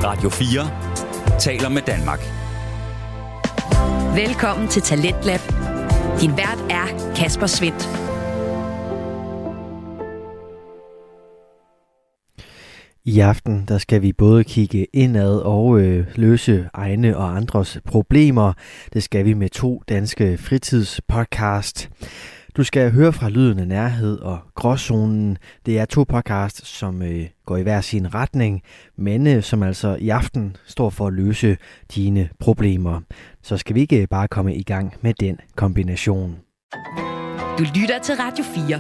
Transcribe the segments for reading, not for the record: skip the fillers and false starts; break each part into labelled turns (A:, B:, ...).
A: Radio 4 taler med Danmark.
B: Velkommen til Talentlab. Din vært er Kasper Svindt.
C: I aften der skal vi både kigge indad og løse egne og andres problemer. Det skal vi med 2 danske fritidspodcast. Du skal høre fra Lyden af Nærhed og Gråzonen. Det er 2 podcasts, som går i hver sin retning, men som altså i aften står for at løse dine problemer. Så skal vi ikke bare komme i gang med den kombination.
B: Du lytter til Radio 4.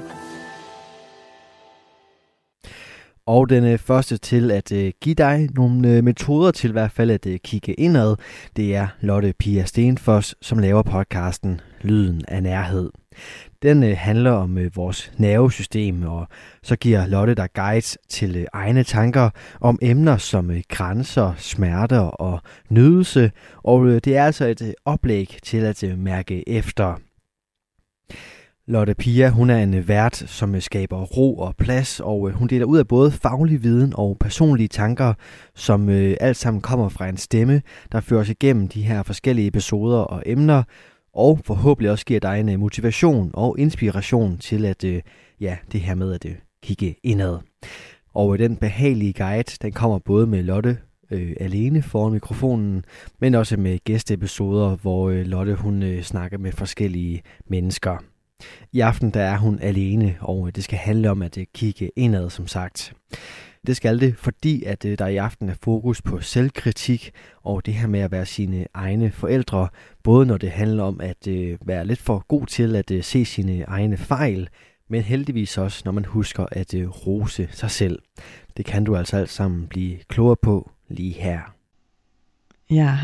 C: Og den første til at give dig nogle metoder til i hvert fald at kigge indad, det er Lotte Pia Stenfoss, som laver podcasten Lyden af Nærhed. Den handler om vores nervesystem, og så giver Lotte dig guides til egne tanker om emner som grænser, smerter og nydelse, og det er altså et oplæg til at mærke efter. Lotte Pia, hun er en vært, som skaber ro og plads, og hun deler ud af både faglig viden og personlige tanker, som alt sammen kommer fra en stemme, der fører os igennem de her forskellige episoder og emner, og forhåbentlig også giver dig en motivation og inspiration til at, det her med at kigge indad. Og den behagelige guide, den kommer både med Lotte alene foran mikrofonen, men også med gæsteepisoder, hvor Lotte hun snakker med forskellige mennesker. I aften der er hun alene, og det skal handle om at kigge indad, som sagt. Det skal det, fordi at der i aften er fokus på selvkritik og det her med at være sine egne forældre, både når det handler om at være lidt for god til at se sine egne fejl, men heldigvis også når man husker at rose sig selv. Det kan du altså alt sammen blive klogere på lige her.
D: Jeg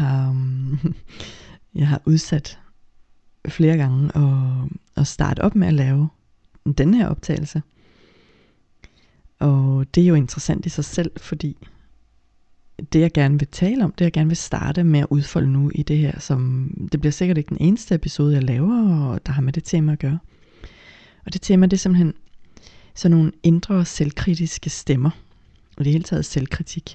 D: har udsat flere gange at starte op med at lave den her optagelse. Og det er jo interessant i sig selv, fordi det jeg gerne vil tale om, det jeg gerne vil starte med at udfolde nu i det her, som det bliver sikkert ikke den eneste episode jeg laver, og der har med det tema at gøre. Og det tema, det er simpelthen sådan nogle indre selvkritiske stemmer, og det hele taget selvkritik.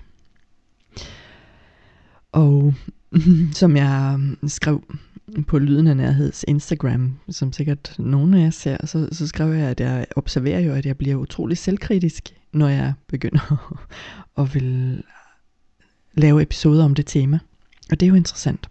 D: Og som jeg skrev på Lyden af Nærheds Instagram, som sikkert nogen af jer ser, så skrev jeg, at jeg observerer jo, at jeg bliver utrolig selvkritisk, når jeg begynder at vil lave episoder om det tema. Og det er jo interessant.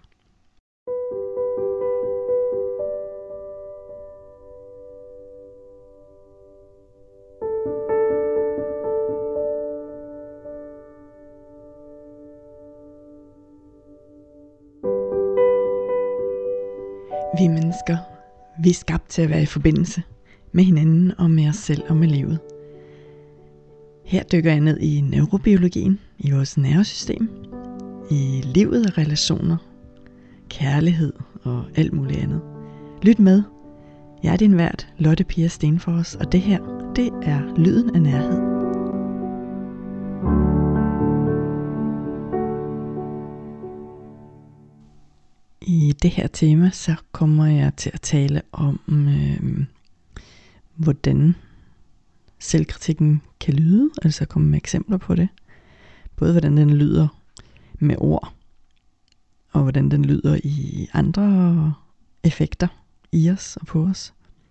D: Vi mennesker, vi er skabt til at være i forbindelse med hinanden og med os selv og med livet. Her dykker jeg ned i neurobiologien, i vores nervesystem, i livet og relationer, kærlighed og alt muligt andet. Lyt med. Jeg er din vært, Lotte Pia Stenfoss, og det her, det er Lyden af Nærhed. I det her tema, så kommer jeg til at tale om, hvordan selvkritikken kan lyde, altså komme med eksempler på det. Både hvordan den lyder med ord, og hvordan den lyder i andre effekter i os og på os.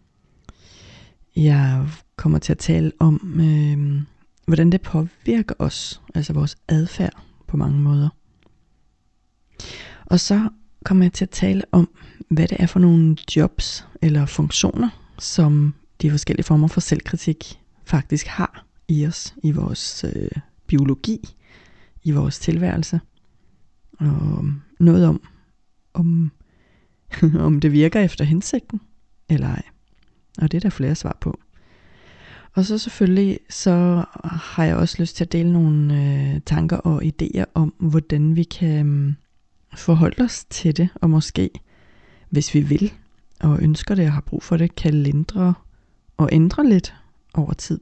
D: Jeg kommer til at tale om, hvordan det påvirker os, altså vores adfærd på mange måder. Og så kommer jeg til at tale om, hvad det er for nogle jobs eller funktioner, som de forskellige former for selvkritik faktisk har i os, i vores biologi, i vores tilværelse. Og noget om det virker efter hensigten, eller ej. Og det er der flere svar på. Og så selvfølgelig, så har jeg også lyst til at dele nogle tanker og idéer om, hvordan vi kan forholde os til det, og måske, hvis vi vil, og ønsker det og har brug for det, kan lindre og ændre lidt over tid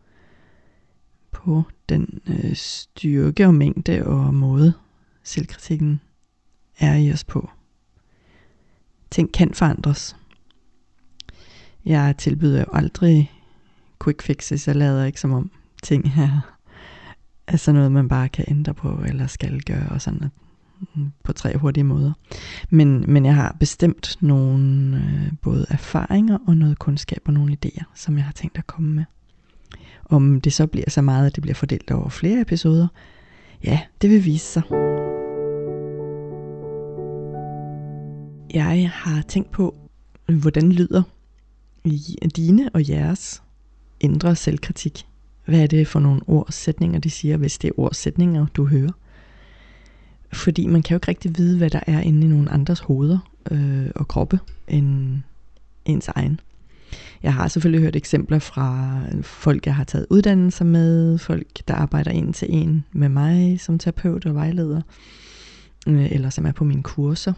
D: på den styrke og mængde og måde, selvkritikken er i os på. Ting kan forandres. Jeg tilbyder jo aldrig quick fixes. Jeg lader ikke som om ting her altså noget, man bare kan ændre på, eller skal gøre, og sådan på 3 hurtige måder. Men jeg har bestemt nogle både erfaringer og noget kundskab og nogle idéer, som jeg har tænkt at komme med. Om det så bliver så meget, at det bliver fordelt over flere episoder, ja, det vil vise sig. Jeg har tænkt på, hvordan lyder dine og jeres indre selvkritik. Hvad er det for nogle ord og sætninger, de siger, hvis det er ord og sætninger, du hører? Fordi man kan jo ikke rigtig vide, hvad der er inde i nogle andres hoveder og kroppe end ens egen. Jeg har selvfølgelig hørt eksempler fra folk, jeg har taget uddannelser med, folk, der arbejder 1-til-1 med mig som terapeut og vejleder, eller som er på mine kurser.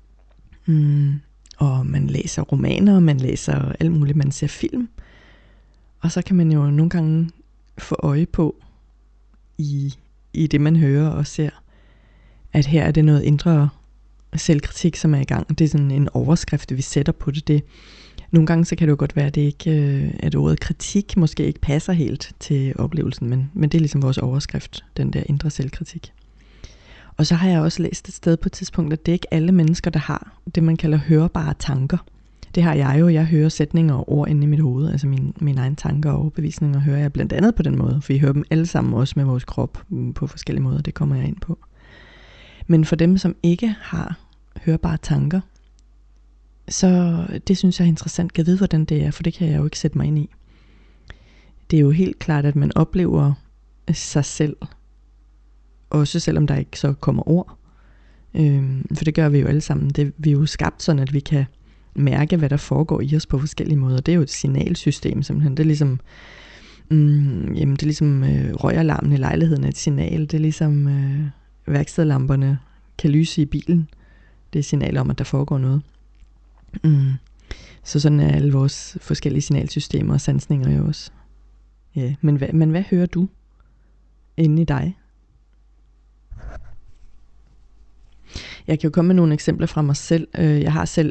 D: Og man læser romaner, man læser alt muligt, man ser film. Og så kan man jo nogle gange få øje på i det, man hører og ser, at her er det noget indre selvkritik, som er i gang. Det er sådan en overskrift, vi sætter på det. Nogle gange så kan det jo godt være, at det ikke, at ordet kritik måske ikke passer helt til oplevelsen, men det er ligesom vores overskrift, den der indre selvkritik. Og så har jeg også læst et sted på et tidspunkt, at det er ikke alle mennesker, der har det, man kalder hørbare tanker. Det har jeg jo. Jeg hører sætninger og ord inde i mit hoved, altså mine egne tanker og overbevisninger hører jeg blandt andet på den måde, for vi hører dem alle sammen også med vores krop på forskellige måder, det kommer jeg ind på. Men for dem, som ikke har hørbare tanker, så det synes jeg er interessant. Jeg ved, hvordan det er, for det kan jeg jo ikke sætte mig ind i. Det er jo helt klart, at man oplever sig selv, også selvom der ikke så kommer ord. For det gør vi jo alle sammen. Vi er jo skabt sådan, at vi kan mærke, hvad der foregår i os på forskellige måder. Det er jo et signalsystem simpelthen. Det er ligesom, røgalarmen i lejligheden er et signal. Det er ligesom værkstedlamperne kan lyse i bilen. Det er et signal om, at der foregår noget. Så sådan er alle vores forskellige signalsystemer og sansninger jo også. Ja, men hvad hører du inde i dig? Jeg kan jo komme med nogle eksempler fra mig selv. Jeg har selv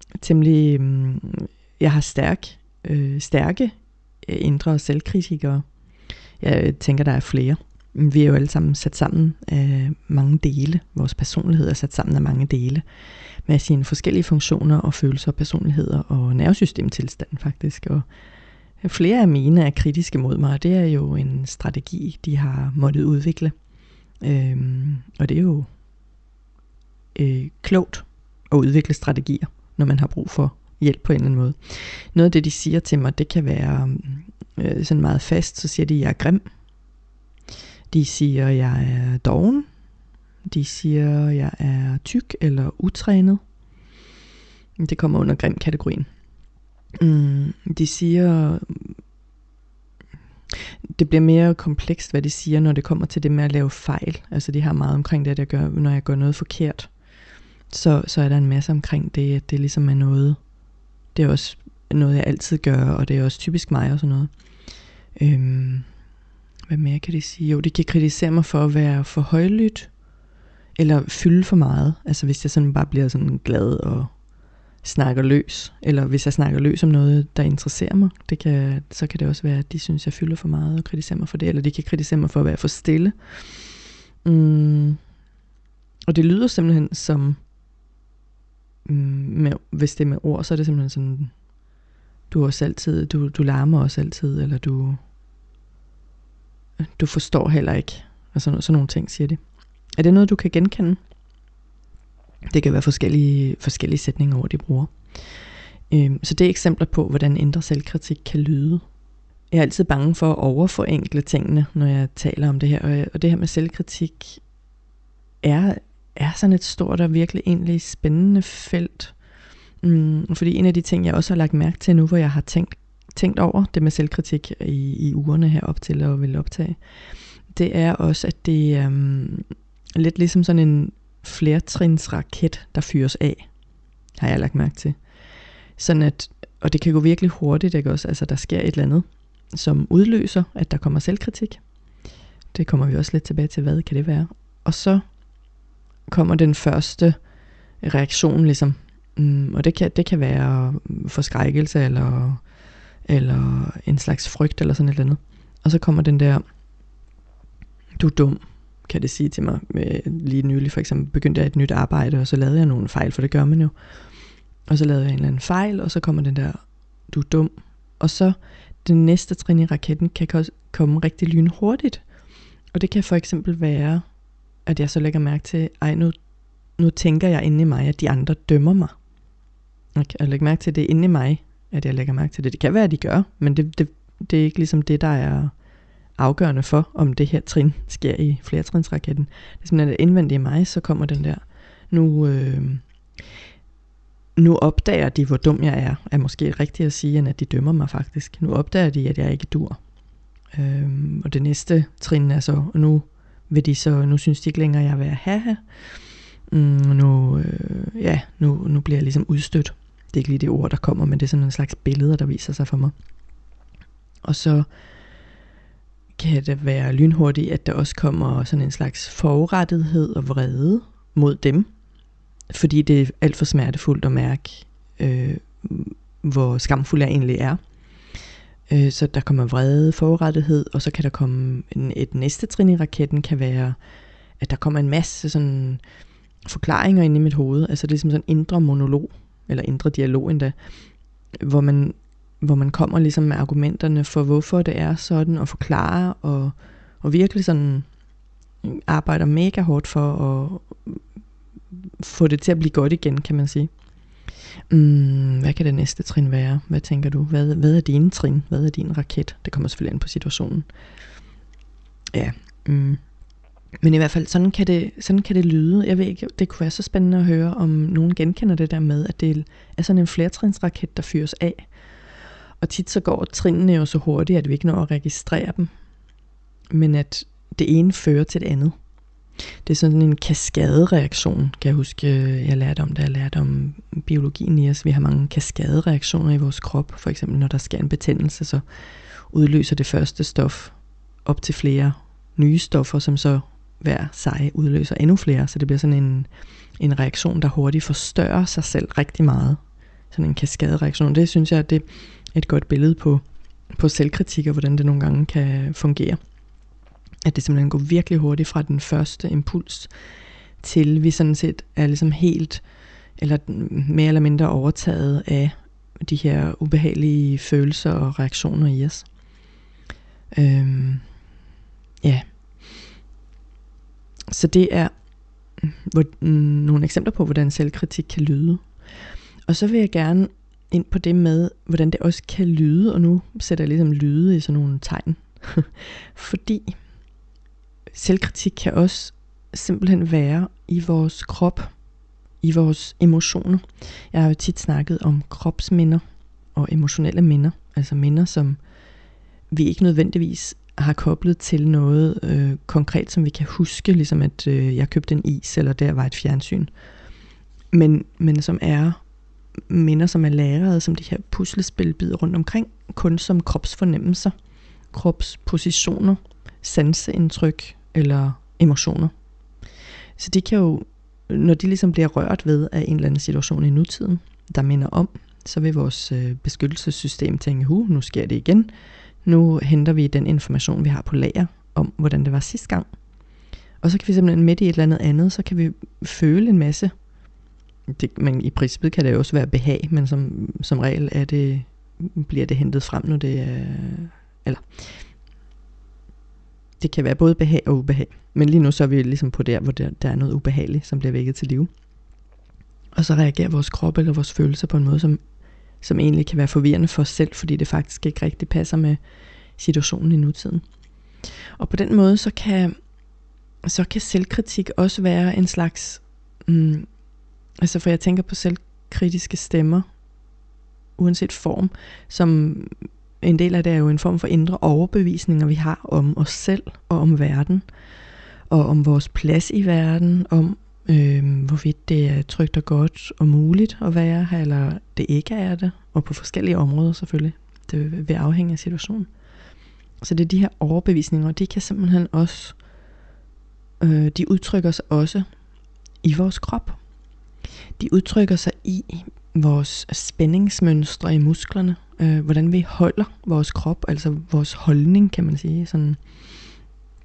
D: stærke indre selvkritikere. Jeg tænker, der er flere. Vi er jo alle sammen sat sammen af mange dele. Vores personlighed er sat sammen af mange dele. Med sine forskellige funktioner og følelser og personligheder og nervesystemtilstand faktisk. Og flere af mine er kritiske mod mig, og det er jo en strategi, de har måttet udvikle. Og det er jo klogt at udvikle strategier, når man har brug for hjælp på en eller anden måde. Noget af det, de siger til mig, det kan være sådan meget fast. Så siger de, at jeg er grim. De siger, at jeg er doven. De siger, at jeg er tyk eller utrænet. Det kommer under grim-kategorien. De siger, det bliver mere komplekst, hvad de siger, når det kommer til det med at lave fejl. Altså de har meget omkring det, når jeg gør noget forkert. Så er der en masse omkring det, at det ligesom er noget, det er også noget, jeg altid gør, og det er også typisk mig og sådan noget. Hvad mere kan de sige? Jo, de kan kritisere mig for at være for højlydt, eller fylde for meget. Altså hvis jeg sådan bare bliver sådan glad og snakker løs, eller hvis jeg snakker løs om noget, der interesserer mig, så kan det også være, at de synes, jeg fylder for meget og kritiserer mig for det, eller de kan kritisere mig for at være for stille. Og det lyder simpelthen som, hvis det er med ord, så er det simpelthen sådan, du larmer også altid, eller du forstår heller ikke, og sådan nogle ting, siger de. Er det noget, du kan genkende? Det kan være forskellige sætninger, hvor de bruger. Så det er eksempler på, hvordan indre selvkritik kan lyde. Jeg er altid bange for at overforenkle tingene, når jeg taler om det her. Og det her med selvkritik er sådan et stort og virkelig egentlig spændende felt. Fordi en af de ting, jeg også har lagt mærke til nu, hvor jeg har tænkt over det med selvkritik i ugerne herop til at vil optage, det er også, at det er lidt ligesom sådan en flertrinsraket, der fyres af, har jeg lagt mærke til. Sådan at, og det kan gå virkelig hurtigt, ikke også? Altså der sker et eller andet, som udløser, at der kommer selvkritik. Det kommer vi også lidt tilbage til, hvad kan det være? Og så kommer den første reaktion ligesom, og det kan være forskrækkelse eller en slags frygt eller sådan et eller andet. Og så kommer den der du er dum, kan det sige til mig. Lige nylig for eksempel begyndte jeg et nyt arbejde, og så lavede jeg nogle fejl, for det gør man jo. Og så lavede jeg en eller anden fejl, og så kommer den der, du er dum. Og så den næste trin i raketten kan komme rigtig lynhurtigt. Og det kan for eksempel være, at jeg så lægger mærke til, nu tænker jeg inde i mig, at de andre dømmer mig. Jeg lægger mærke til det inde i mig, at jeg lægger mærke til det. Det kan være, at de gør, men det er ikke ligesom det, der er afgørende for, om det her trin sker i flertrinsraketten. Det er simpelthen, at indvendigt i mig, så kommer den der, nu opdager de, hvor dum jeg er måske rigtigt at sige, end at de dømmer mig faktisk. Nu opdager de, at jeg ikke dur. Og det næste trin er så, nu synes de ikke længere, at jeg er ved at have. Nu bliver jeg ligesom udstødt. Det er ikke lige det ord, der kommer, men det er sådan en slags billeder, der viser sig for mig. Og så kan det være lynhurtigt, at der også kommer sådan en slags forurettethed og vrede mod dem, fordi det er alt for smertefuldt at mærke, hvor skamfuld jeg egentlig er. Så der kommer vrede, forurettethed, og så kan der komme et næste trin i raketten, kan være, at der kommer en masse sådan forklaringer ind i mit hoved, altså det er ligesom sådan en indre monolog, eller indre dialog endda, hvor man kommer ligesom med argumenterne for, hvorfor det er sådan, og forklare, og virkelig sådan arbejder mega hårdt for at få det til at blive godt igen, kan man sige. Hvad kan det næste trin være? Hvad tænker du? Hvad er dine trin? Hvad er din raket? Det kommer selvfølgelig an på situationen. Ja. Men i hvert fald, sådan kan det lyde. Jeg ved ikke, det kunne være så spændende at høre, om nogen genkender det der med, at det er sådan en flertrinsraket, der fyres af. Og tit så går trinene jo så hurtigt, at vi ikke når at registrere dem. Men at det ene fører til det andet. Det er sådan en kaskadereaktion, kan jeg huske, jeg lærte om biologien i os. Vi har mange kaskadereaktioner i vores krop. For eksempel når der sker en betændelse, så udløser det første stof op til flere nye stoffer, som så hver sig udløser endnu flere. Så det bliver sådan en reaktion, der hurtigt forstørrer sig selv rigtig meget. Sådan en kaskadereaktion. Det synes jeg, det er et godt billede på selvkritik, og hvordan det nogle gange kan fungere. At det simpelthen går virkelig hurtigt fra den første impuls, til vi sådan set er ligesom helt, eller mere eller mindre overtaget af de her ubehagelige følelser og reaktioner i os. Så det er nogle eksempler på, hvordan selvkritik kan lyde. Og så vil jeg gerne ind på det med, hvordan det også kan lyde, og nu sætter jeg ligesom lyde i sådan nogle tegn. Fordi selvkritik kan også simpelthen være i vores krop, i vores emotioner. Jeg har jo tit snakket om kropsminder og emotionelle minder, altså minder, som vi ikke nødvendigvis har koblet til noget konkret, som vi kan huske, ligesom at jeg købte en is, eller der var et fjernsyn. Men som er minder, som er lagret som de her puslespilbidder rundt omkring, kun som kropsfornemmelser, kropspositioner, sanseindtryk eller emotioner. Så de kan jo, når de ligesom bliver rørt ved af en eller anden situation i nutiden, der minder om, så vil vores beskyttelsessystem tænke, nu sker det igen. Nu henter vi den information, vi har på lager, om hvordan det var sidste gang. Og så kan vi simpelthen midt i et eller andet, så kan vi føle en masse. Men i princippet kan det jo også være behag, men som regel bliver det hentet frem, når det er, eller det kan være både behag og ubehag. Men lige nu så er vi ligesom på der, hvor der er noget ubehageligt, som bliver vækket til live. Og så reagerer vores krop eller vores følelser på en måde, som egentlig kan være forvirrende for os selv, fordi det faktisk ikke rigtig passer med situationen i nutiden. Og på den måde, så kan selvkritik også være en slags, for jeg tænker på selvkritiske stemmer, uanset form, som en del af det er jo en form for indre overbevisninger, vi har om os selv og om verden, og om vores plads i verden, om hvorvidt det er trygt og godt og muligt at være her, eller det ikke er det, og på forskellige områder selvfølgelig. Det vil afhænge af situationen. Så det er de her overbevisninger, og de kan simpelthen også, de udtrykker sig også i vores krop. De udtrykker sig i vores spændingsmønstre i musklerne, hvordan vi holder vores krop, altså vores holdning, kan man sige. Sådan,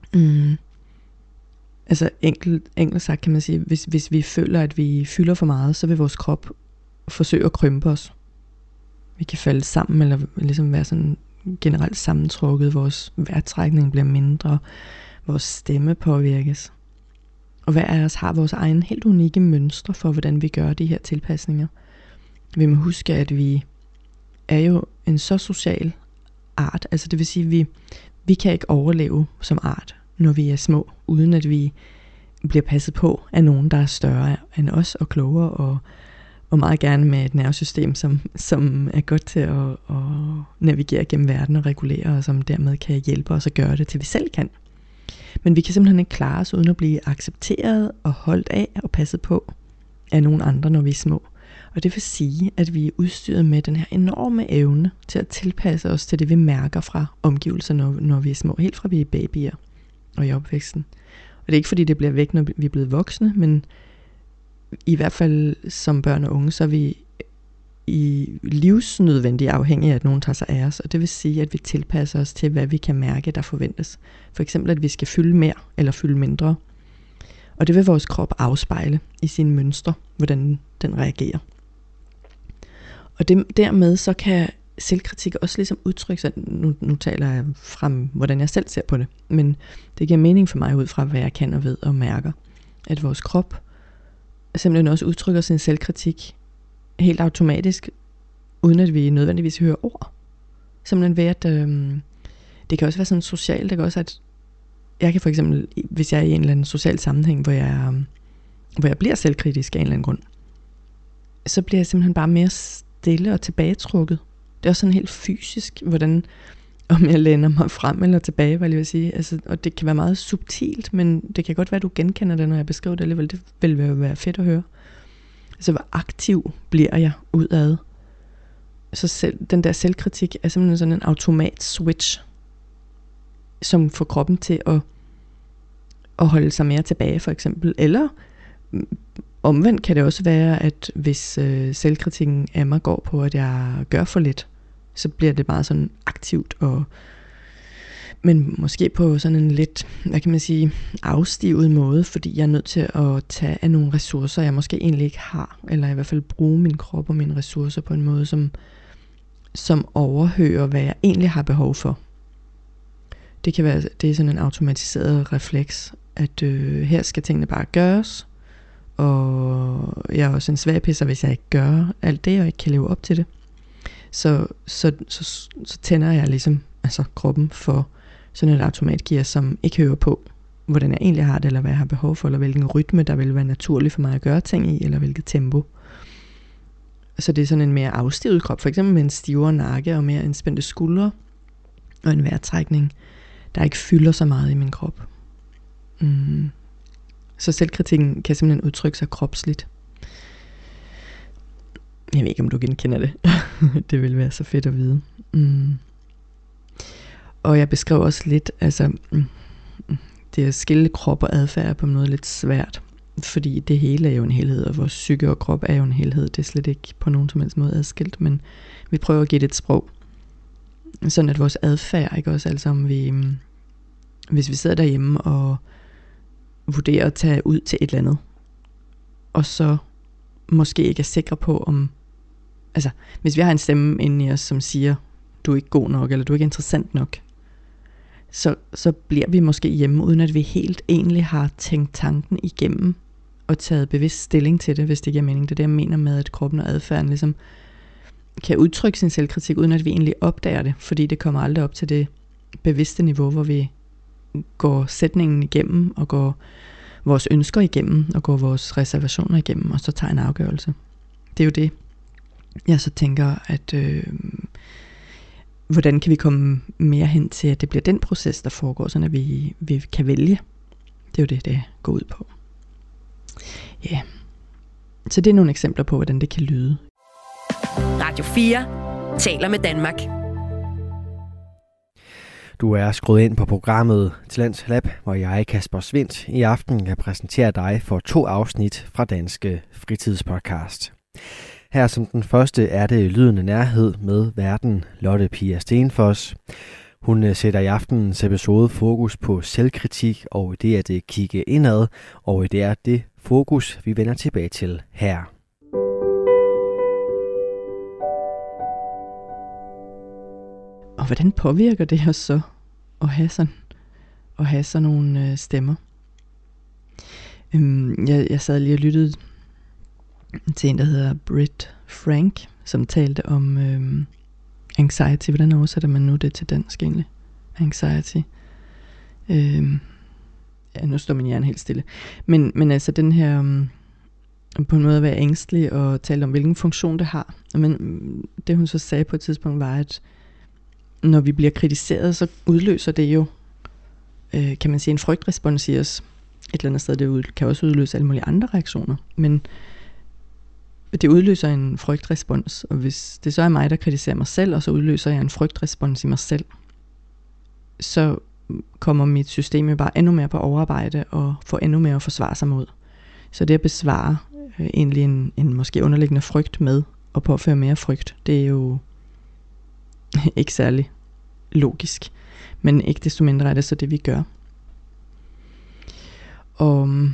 D: Altså enkelt sagt kan man sige, hvis vi føler, at vi fylder for meget, så vil vores krop forsøge at krympe os. Vi kan falde sammen, eller ligesom være sådan generelt sammentrukket. Vores vejrtrækning bliver mindre. Vores stemme påvirkes. Og hver af os har vores egen helt unikke mønstre for, hvordan vi gør de her tilpasninger. Vi må huske, at vi er jo en så social art. Altså det vil sige, at vi kan ikke overleve som art, når vi er små, uden at vi bliver passet på af nogen, der er større end os og klogere, og meget gerne med et nervesystem, som er godt til at navigere gennem verden og regulere, og som dermed kan hjælpe os at gøre det, til vi selv kan. Men vi kan simpelthen ikke klare os uden at blive accepteret og holdt af og passet på af nogen andre, når vi er små. Og det vil sige, at vi er udstyret med den her enorme evne til at tilpasse os til det, vi mærker fra omgivelser, når vi er små, helt fra vi er babyer og i opvæksten. Og det er ikke fordi, det bliver væk, når vi er blevet voksne, men i hvert fald som børn og unge, så er vi i livsnødvendigt afhængige af, at nogen tager sig af os. Og det vil sige, at vi tilpasser os til, hvad vi kan mærke, der forventes. For eksempel, at vi skal fylde mere eller fylde mindre. Og det vil vores krop afspejle i sine mønstre, hvordan den reagerer. Og dermed så kan selvkritik også ligesom udtrykke sig. Nu taler jeg frem, hvordan jeg selv ser på det. Men det giver mening for mig ud fra, hvad jeg kan og ved og mærker. At vores krop simpelthen også udtrykker sin selvkritik helt automatisk, uden at vi nødvendigvis hører ord. Simpelthen ved, at det kan også være sådan socialt. Det kan også, at jeg kan for eksempel, hvis jeg er i en eller anden social sammenhæng, hvor jeg bliver selvkritisk af en eller anden grund, så bliver jeg simpelthen bare mere stille og tilbagetrukket. Det er også sådan helt fysisk, hvordan om jeg læner mig frem eller tilbage, hvad jeg vil sige. Altså, og det kan være meget subtilt, men det kan godt være, at du genkender det, når jeg beskriver det alligevel. Det vil være fedt at høre. Altså, hvor aktiv bliver jeg udad? Så selv, den der selvkritik er simpelthen sådan en automat-switch, som får kroppen til at holde sig mere tilbage, for eksempel. Eller omvendt kan det også være, at hvis selvkritikken af mig går på, at jeg gør for lidt, så bliver det meget sådan aktivt, men måske på sådan en lidt, hvad kan man sige, afstivet måde, fordi jeg er nødt til at tage af nogle ressourcer, jeg måske egentlig ikke har, eller i hvert fald bruge min krop og mine ressourcer på en måde, som overhører, hvad jeg egentlig har behov for. Det kan være, det er sådan en automatiseret refleks, at her skal tingene bare gøres, og jeg er også en svagpisser, hvis jeg ikke gør alt det, og ikke kan leve op til det. Så tænder jeg ligesom kroppen for sådan et automatgear, som ikke hører på, hvordan jeg egentlig har det, eller hvad jeg har behov for, eller hvilken rytme, der vil være naturlig for mig at gøre ting i, eller hvilket tempo. Så det er sådan en mere afstivet krop, for eksempel med en stivere nakke, og mere indspændte skuldre, og en vejrtrækning, der ikke fylder så meget i min krop. Så selvkritikken kan simpelthen udtrykke sig kropsligt. Jeg ved ikke, om du genkender det. Det vil være så fedt at vide. Og jeg beskriver også lidt, det at skille krop og adfærd er på en måde lidt svært. Fordi det hele er jo en helhed, og vores psyke og krop er jo en helhed. Det er slet ikke på nogen som helst måde adskilt, men vi prøver at give det et sprog. Sådan at vores adfærd, ikke også, altså om hvis vi sidder derhjemme og vurderer at tage ud til et eller andet, og så måske ikke er sikre på om, hvis vi har en stemme inde i os, som siger, du er ikke god nok, eller du er ikke interessant nok, så bliver vi måske hjemme, uden at vi helt egentlig har tænkt tanken igennem, og taget bevidst stilling til det, hvis det giver mening. Det er det, jeg mener med, at kroppen og adfærden ligesom kan udtrykke sin selvkritik, uden at vi egentlig opdager det, fordi det kommer aldrig op til det bevidste niveau, hvor vi går sætningen igennem, og går vores ønsker igennem, og går vores reservationer igennem, og så tager en afgørelse. Det er jo det, jeg så tænker, at hvordan kan vi komme mere hen til, at det bliver den proces, der foregår, så at vi kan vælge. Det er jo det går ud på. Ja. Yeah. Så det er nogle eksempler på, hvordan det kan lyde.
B: Radio 4 taler med Danmark.
C: Du er skruet ind på programmet Talents Lab, hvor jeg, Kasper Svindt, i aften kan præsentere dig for 2 afsnit fra Danske Fritidspodcast. Her som den første er det Lyden af Nærhed med værten Lotte Pia Stenfoss. Hun sætter i aftenens episode fokus på selvkritik og det at kigge indad, og det er det fokus, vi vender tilbage til her.
D: Og hvordan påvirker det os så at have sådan nogle stemmer? Jeg sad lige og lyttede til en, der hedder Britt Frank, som talte om anxiety. Hvordan oversætter man nu det til dansk egentlig? Anxiety. Nu står min hjerne helt stille. Men altså den her på en måde at være ængstelig og tale om, hvilken funktion det har. Men det hun så sagde på et tidspunkt var, at når vi bliver kritiseret, så udløser det jo, kan man sige, en frygtrespons i os. Et eller andet sted, det kan også udløse alle mulige andre reaktioner. Men det udløser en frygtrespons, og hvis det så er mig, der kritiserer mig selv, og så udløser jeg en frygtrespons i mig selv, så kommer mit system jo bare endnu mere på overarbejde, og får endnu mere at forsvare sig mod. Så det at besvare egentlig en måske underliggende frygt med, og påføre mere frygt, det er jo ikke særlig logisk. Men ikke desto mindre er det så det, vi gør. Og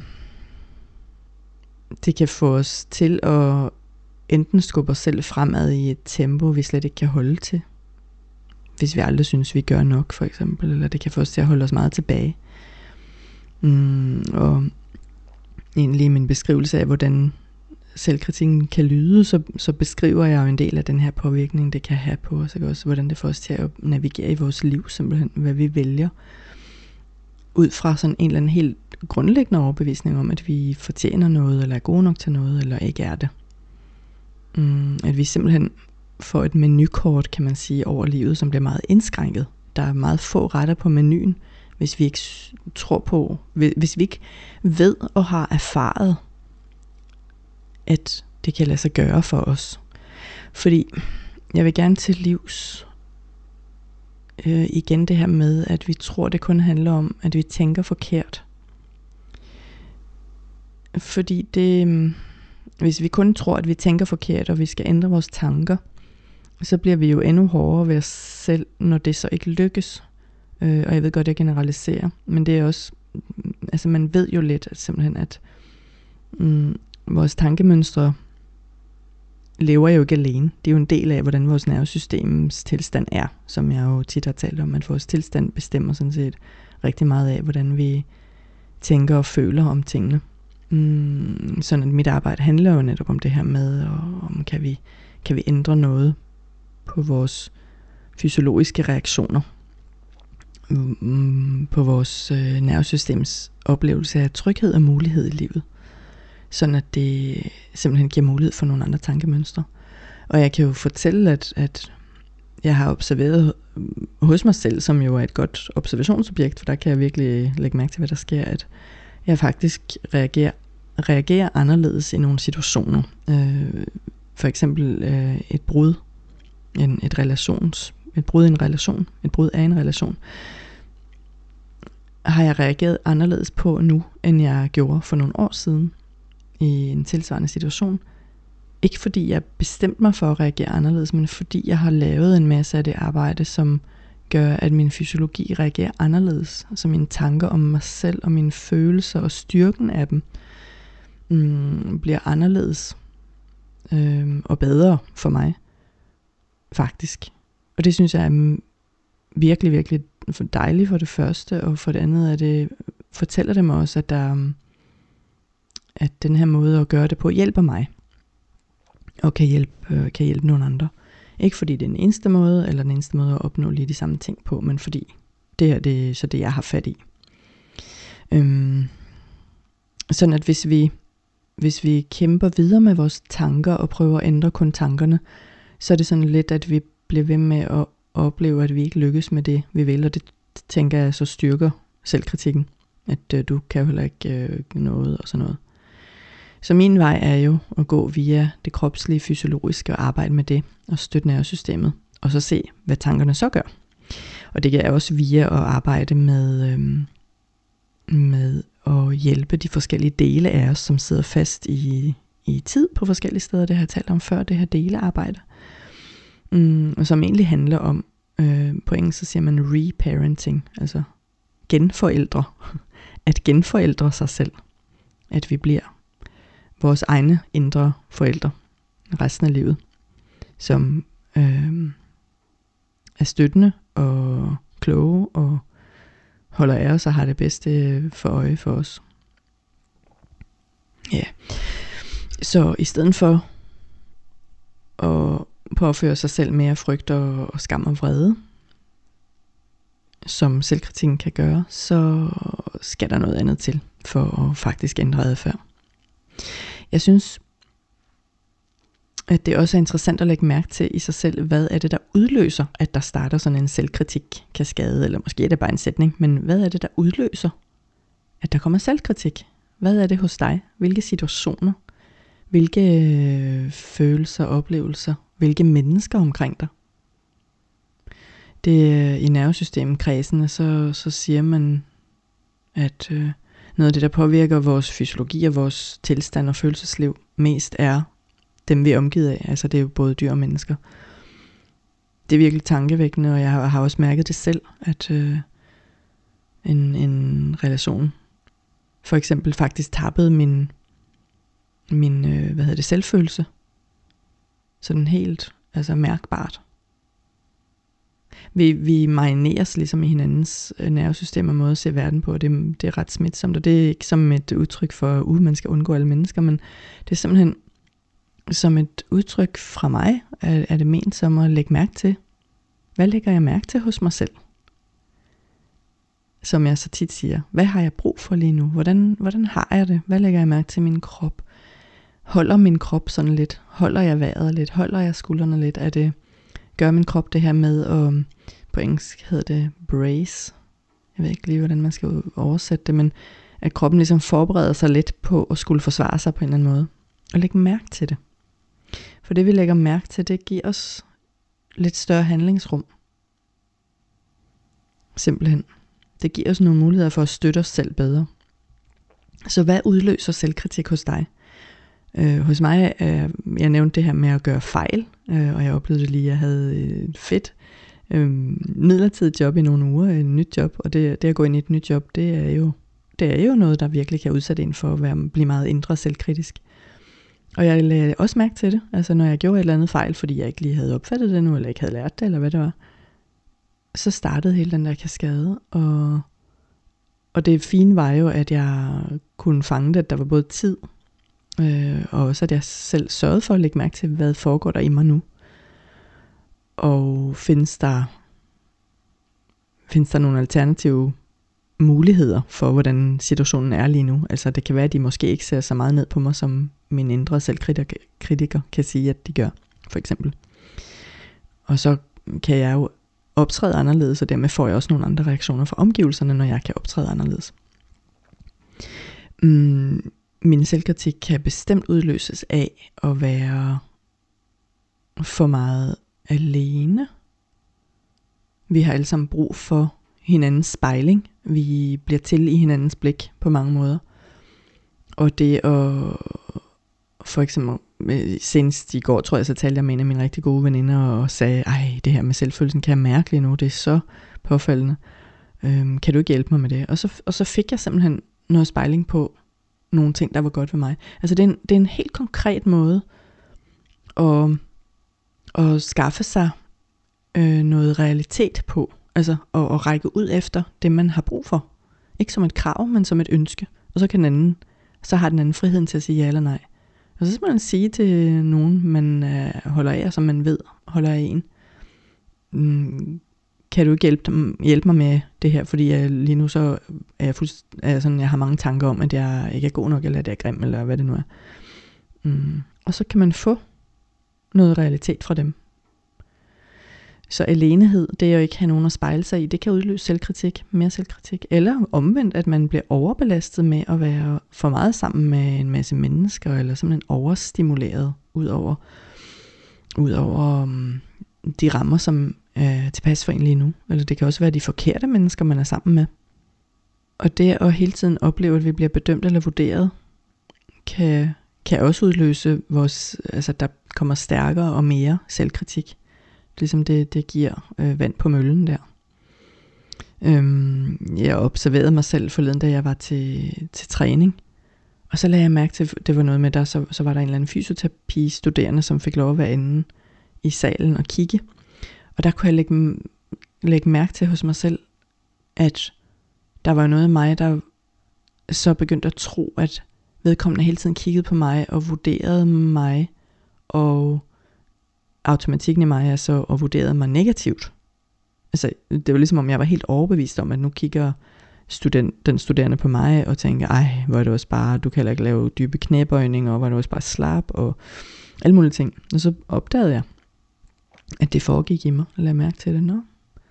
D: det kan få os til at enten skubbe os selv fremad i et tempo, vi slet ikke kan holde til. Hvis vi aldrig synes, vi gør nok, for eksempel. Eller det kan få os til at holde os meget tilbage. Og egentlig min beskrivelse af, hvordan selvkritikken kan lyde, så beskriver jeg jo en del af den her påvirkning, det kan have på os. Ikke? Også hvordan det får os til at navigere i vores liv, simpelthen. Hvad vi vælger. Ud fra sådan en eller anden helt grundlæggende overbevisning om, at vi fortjener noget, eller er gode nok til noget, eller ikke er det. At vi simpelthen får et menukort, kan man sige, over livet, som bliver meget indskrænket. Der er meget få retter på menuen, hvis vi ikke tror på, hvis vi ikke ved og har erfaret, at det kan lade sig gøre for os. Fordi jeg vil gerne til livs igen det her med, at vi tror, det kun handler om, at vi tænker forkert. Fordi hvis vi kun tror, at vi tænker forkert, og vi skal ændre vores tanker, så bliver vi jo endnu hårdere ved os selv, når det så ikke lykkes. Og jeg ved godt, at jeg generaliserer, men det er også, altså man ved jo lidt, at simpelthen, at vores tankemønstre lever jo ikke alene. Det er jo en del af, hvordan vores nervesystems tilstand er, som jeg jo tit har talt om, at vores tilstand bestemmer sådan set rigtig meget af, hvordan vi tænker og føler om tingene. Sådan at mit arbejde handler jo netop om det her med, om kan vi ændre noget på vores fysiologiske reaktioner, på vores nervesystems oplevelse af tryghed og mulighed i livet, sådan at det simpelthen giver mulighed for nogle andre tankemønstre. Og jeg kan jo fortælle, at jeg har observeret hos mig selv, som jo er et godt observationsobjekt, for der kan jeg virkelig lægge mærke til, hvad der sker, at jeg faktisk reagerer anderledes i nogle situationer. For eksempel et brud af en relation, har jeg reageret anderledes på nu, end jeg gjorde for nogle år siden i en tilsvarende situation. Ikke fordi jeg bestemte mig for at reagere anderledes, men fordi jeg har lavet en masse af det arbejde, som gør, at min fysiologi reagerer anderledes. Altså mine tanker om mig selv og mine følelser og styrken af dem bliver anderledes og bedre for mig, faktisk. Og det synes jeg er virkelig, virkelig dejligt for det første, og for det andet er det, fortæller det mig også, at den her måde at gøre det på hjælper mig, og kan hjælpe nogle andre. Ikke fordi det er den eneste måde, eller den eneste måde at opnå lige de samme ting på, men fordi det her det er så det, jeg har fat i. Sådan at hvis vi kæmper videre med vores tanker, og prøver at ændre kun tankerne, så er det sådan lidt, at vi bliver ved med at opleve, at vi ikke lykkes med det, vi vil, og det tænker jeg så styrker selvkritikken, at du kan jo heller ikke noget, og sådan noget. Så min vej er jo at gå via det kropslige, fysiologiske og arbejde med det, og støtte nervesystemet, og så se, hvad tankerne så gør. Og det kan jeg også via at arbejde med at hjælpe de forskellige dele af os, som sidder fast i tid på forskellige steder. Det har jeg talt om før, det her delearbejde. Og som egentlig handler om På engelsk så siger man reparenting, altså genforældre. At genforældre sig selv. At vi bliver vores egne indre forældre resten af livet. Som er støttende og kloge og holder af os og har det bedste for øje for os. Ja. Så i stedet for at påføre sig selv mere frygt og skam og vrede, som selvkritikken kan gøre, så skal der noget andet til for at faktisk ændre adfærd. Jeg synes, at det også er interessant at lægge mærke til i sig selv, hvad er det, der udløser, at der starter sådan en selvkritik-kaskade, eller måske er det bare en sætning, men hvad er det, der udløser, at der kommer selvkritik? Hvad er det hos dig? Hvilke situationer? Hvilke følelser, oplevelser? Hvilke mennesker omkring dig? Det, i nervesystemkredsene, så siger man, at noget af det, der påvirker vores fysiologi og vores tilstand og følelsesliv mest, er dem, vi er omgivet af. Altså det er jo både dyr og mennesker. Det er virkelig tankevækkende, og jeg har også mærket det selv, at en relation for eksempel faktisk tappede min selvfølelse. Sådan helt, altså mærkbart. Vi marineres ligesom i hinandens nervesystem og måde at se verden på, og det er ret smitsomt, og det er ikke som et udtryk for, man skal undgå alle mennesker, men det er simpelthen som et udtryk fra mig, er det ment som at lægge mærke til, hvad lægger jeg mærke til hos mig selv? Som jeg så tit siger, hvad har jeg brug for lige nu? Hvordan har jeg det? Hvad lægger jeg mærke til min krop? Holder min krop sådan lidt? Holder jeg vejret lidt? Holder jeg skuldrene lidt? Gør min krop det her med, og på engelsk hedder det brace. Jeg ved ikke lige, hvordan man skal oversætte det, men at kroppen ligesom forbereder sig lidt på at skulle forsvare sig på en eller anden måde. Og lægge mærke til det. For det vi lægger mærke til, det giver os lidt større handlingsrum. Simpelthen. Det giver os nogle muligheder for at støtte os selv bedre. Så hvad udløser selvkritik hos dig? Hos mig, jeg nævnte det her med at gøre fejl, og jeg oplevede det lige, jeg havde et fedt midlertidigt job i nogle uger, et nyt job, og det at gå ind i et nyt job, det er jo noget, der virkelig kan udsætte en for at blive meget indre selvkritisk. Og jeg lagde også mærke til det, altså når jeg gjorde et eller andet fejl, fordi jeg ikke lige havde opfattet det nu, eller ikke havde lært det, eller hvad det var, så startede hele den der kaskade, og det fine var jo, at jeg kunne fange det, at der var både tid, og også at jeg selv sørgede for at lægge mærke til, hvad foregår der i mig nu. Og findes der nogle alternative muligheder for, hvordan situationen er lige nu. Altså det kan være, at de måske ikke ser så meget ned på mig, som min indre selvkritiker kan sige, at de gør, for eksempel. Og så kan jeg jo optræde anderledes, og dermed får jeg også nogle andre reaktioner fra omgivelserne, når jeg kan optræde anderledes. Min selvkritik kan bestemt udløses af at være for meget alene. Vi har alle sammen brug for hinandens spejling. Vi bliver til i hinandens blik på mange måder. Og det at, for eksempel, senest i går, tror jeg, så talte jeg med en af mine rigtig gode veninder og sagde, ej, det her med selvfølelsen kan jeg mærke lige nu, det er så påfaldende. Kan du ikke hjælpe mig med det? Og så fik jeg simpelthen noget spejling på nogle ting, der var godt ved mig. Altså det er en helt konkret måde at skaffe sig noget realitet på. Altså at række ud efter det, man har brug for. Ikke som et krav, men som et ønske. Og så har den anden friheden til at sige ja eller nej. Og så skal man sige til nogen, man holder af, og som man ved holder af en. Kan du ikke hjælpe mig med det her? Fordi lige nu så jeg har mange tanker om, at jeg ikke er god nok, eller at jeg er grim, eller hvad det nu er. Og så kan man få noget realitet fra dem. Så alenehed, det er jo ikke have nogen at spejle sig i, det kan udløse selvkritik, mere selvkritik. Eller omvendt, at man bliver overbelastet med at være for meget sammen med en masse mennesker, eller simpelthen overstimuleret ud over de rammer, som er tilpas for en lige nu. Eller det kan også være de forkerte mennesker, man er sammen med. Og det at hele tiden opleve, at vi bliver bedømt eller vurderet, kan også udløse der kommer stærkere og mere selvkritik. Ligesom det giver vand på møllen der. Jeg observerede mig selv forleden, da jeg var til træning. Og så lagde jeg mærke til, det var noget med, der så var der en eller anden fysioterapi-studerende, som fik lov at være inde i salen og kigge. Og der kunne jeg lægge mærke til hos mig selv, at der var noget af mig, der så begyndte at tro, at vedkommende hele tiden kiggede på mig og vurderede mig, og automatikken i mig altså, og vurderede mig negativt. Altså, det var ligesom om jeg var helt overbevist om, at nu kigger den studerende på mig og tænker, ej, hvor er det også bare, du kan heller ikke lave dybe knæbøjninger, og hvor er det også bare slap, og alle mulige ting. Og så opdagede jeg, at det foregik i mig, og lagde mærke til det. Nå,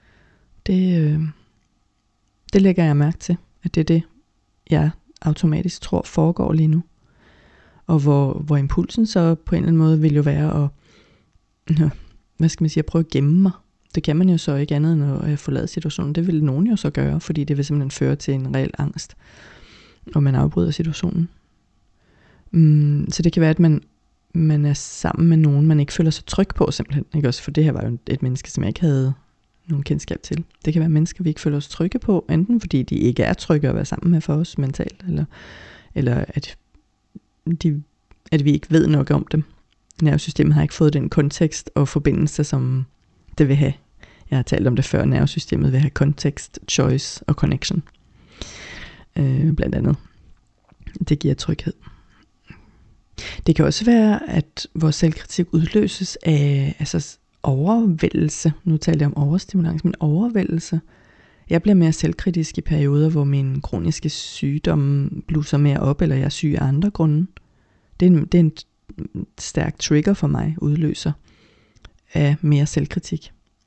D: det lægger jeg mærke til, at det er det, jeg automatisk tror foregår lige nu. Og hvor impulsen så på en eller anden måde vil jo være at, prøve at gemme mig. Det kan man jo så ikke andet end at forlade situationen. Det vil nogen jo så gøre, fordi det vil simpelthen føre til en reel angst, og man afbryder situationen. Så det kan være, at man er sammen med nogen, man ikke føler sig tryg på simpelthen. Ikke? Også for det her var jo et menneske, som jeg ikke havde nogen kendskab til. Det kan være mennesker, vi ikke føler os trygge på, enten fordi de ikke er trygge at være sammen med for os mentalt, eller at vi ikke ved nok om dem. Nervesystemet har ikke fået den kontekst og forbindelse, som det vil have. Jeg har talt om det før, nervesystemet vil have kontekst, choice og connection. Blandt andet. Det giver tryghed. Det kan også være, at vores selvkritik udløses af overvældelse. Nu taler jeg om overstimulans, men overvældelse. Jeg bliver mere selvkritisk i perioder, hvor min kroniske sygdomme blusser mere op, eller jeg er syg af andre grunde. Det er en stærk trigger for mig, udløser af mere selvkritik.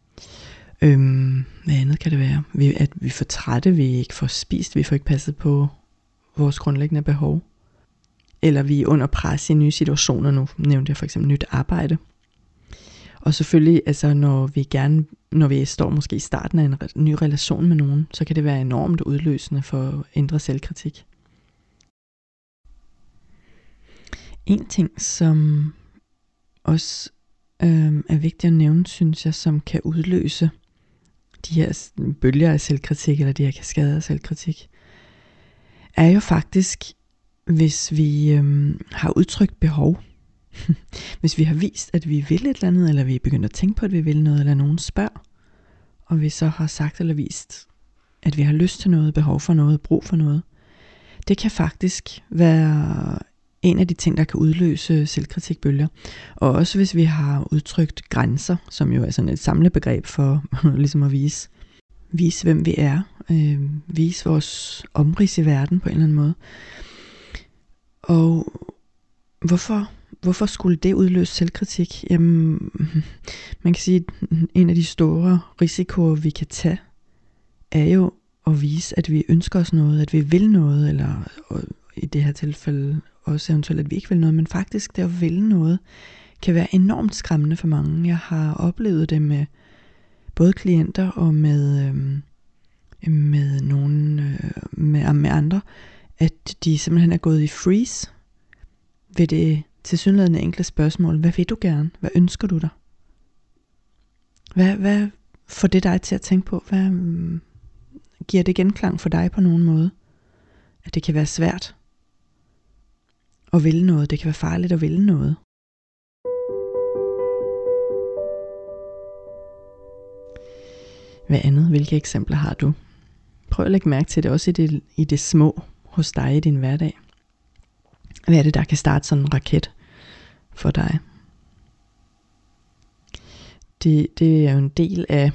D: Hvad andet kan det være? At vi får trætte, vi ikke får spist, vi får ikke passet på vores grundlæggende behov. Eller vi er under pres i nye situationer. Nu nævnte jeg for eksempel nyt arbejde. Og selvfølgelig, altså når vi står måske i starten af en ny relation med nogen, så kan det være enormt udløsende for at ændre selvkritik. En ting, som også er vigtigt at nævne, synes jeg, som kan udløse de her bølger af selvkritik, eller de her kaskader af selvkritik, er jo faktisk, hvis vi har udtrykt behov. Hvis vi har vist, at vi vil et eller andet, eller vi er begyndt at tænke på, at vi vil noget, eller nogen spørger, og vi så har sagt eller vist, at vi har lyst til noget, behov for noget, brug for noget. Det kan faktisk være en af de ting, der kan udløse selvkritikbølger. Og også hvis vi har udtrykt grænser, som jo er sådan et samlebegreb for ligesom at vise hvem vi er, vise vores omrids i verden på en eller anden måde. Og hvorfor skulle det udløse selvkritik? Jamen, man kan sige, at en af de store risikoer, vi kan tage, er jo at vise, at vi ønsker os noget, at vi vil noget, eller i det her tilfælde også eventuelt, at vi ikke vil noget, men faktisk det at ville noget, kan være enormt skræmmende for mange. Jeg har oplevet det med både klienter og med andre, at de simpelthen er gået i freeze ved det tilsyneladende enkle spørgsmål: hvad vil du gerne? Hvad ønsker du dig? Hvad får det dig til at tænke på? Hvad giver det genklang for dig på nogen måde? At det kan være svært at ville noget. Det kan være farligt at ville noget. Hvad andet? Hvilke eksempler har du? Prøv at lægge mærke til det også i det små hos dig i din hverdag. Hvad er det, der kan starte sådan en raket for dig? Det er jo en del af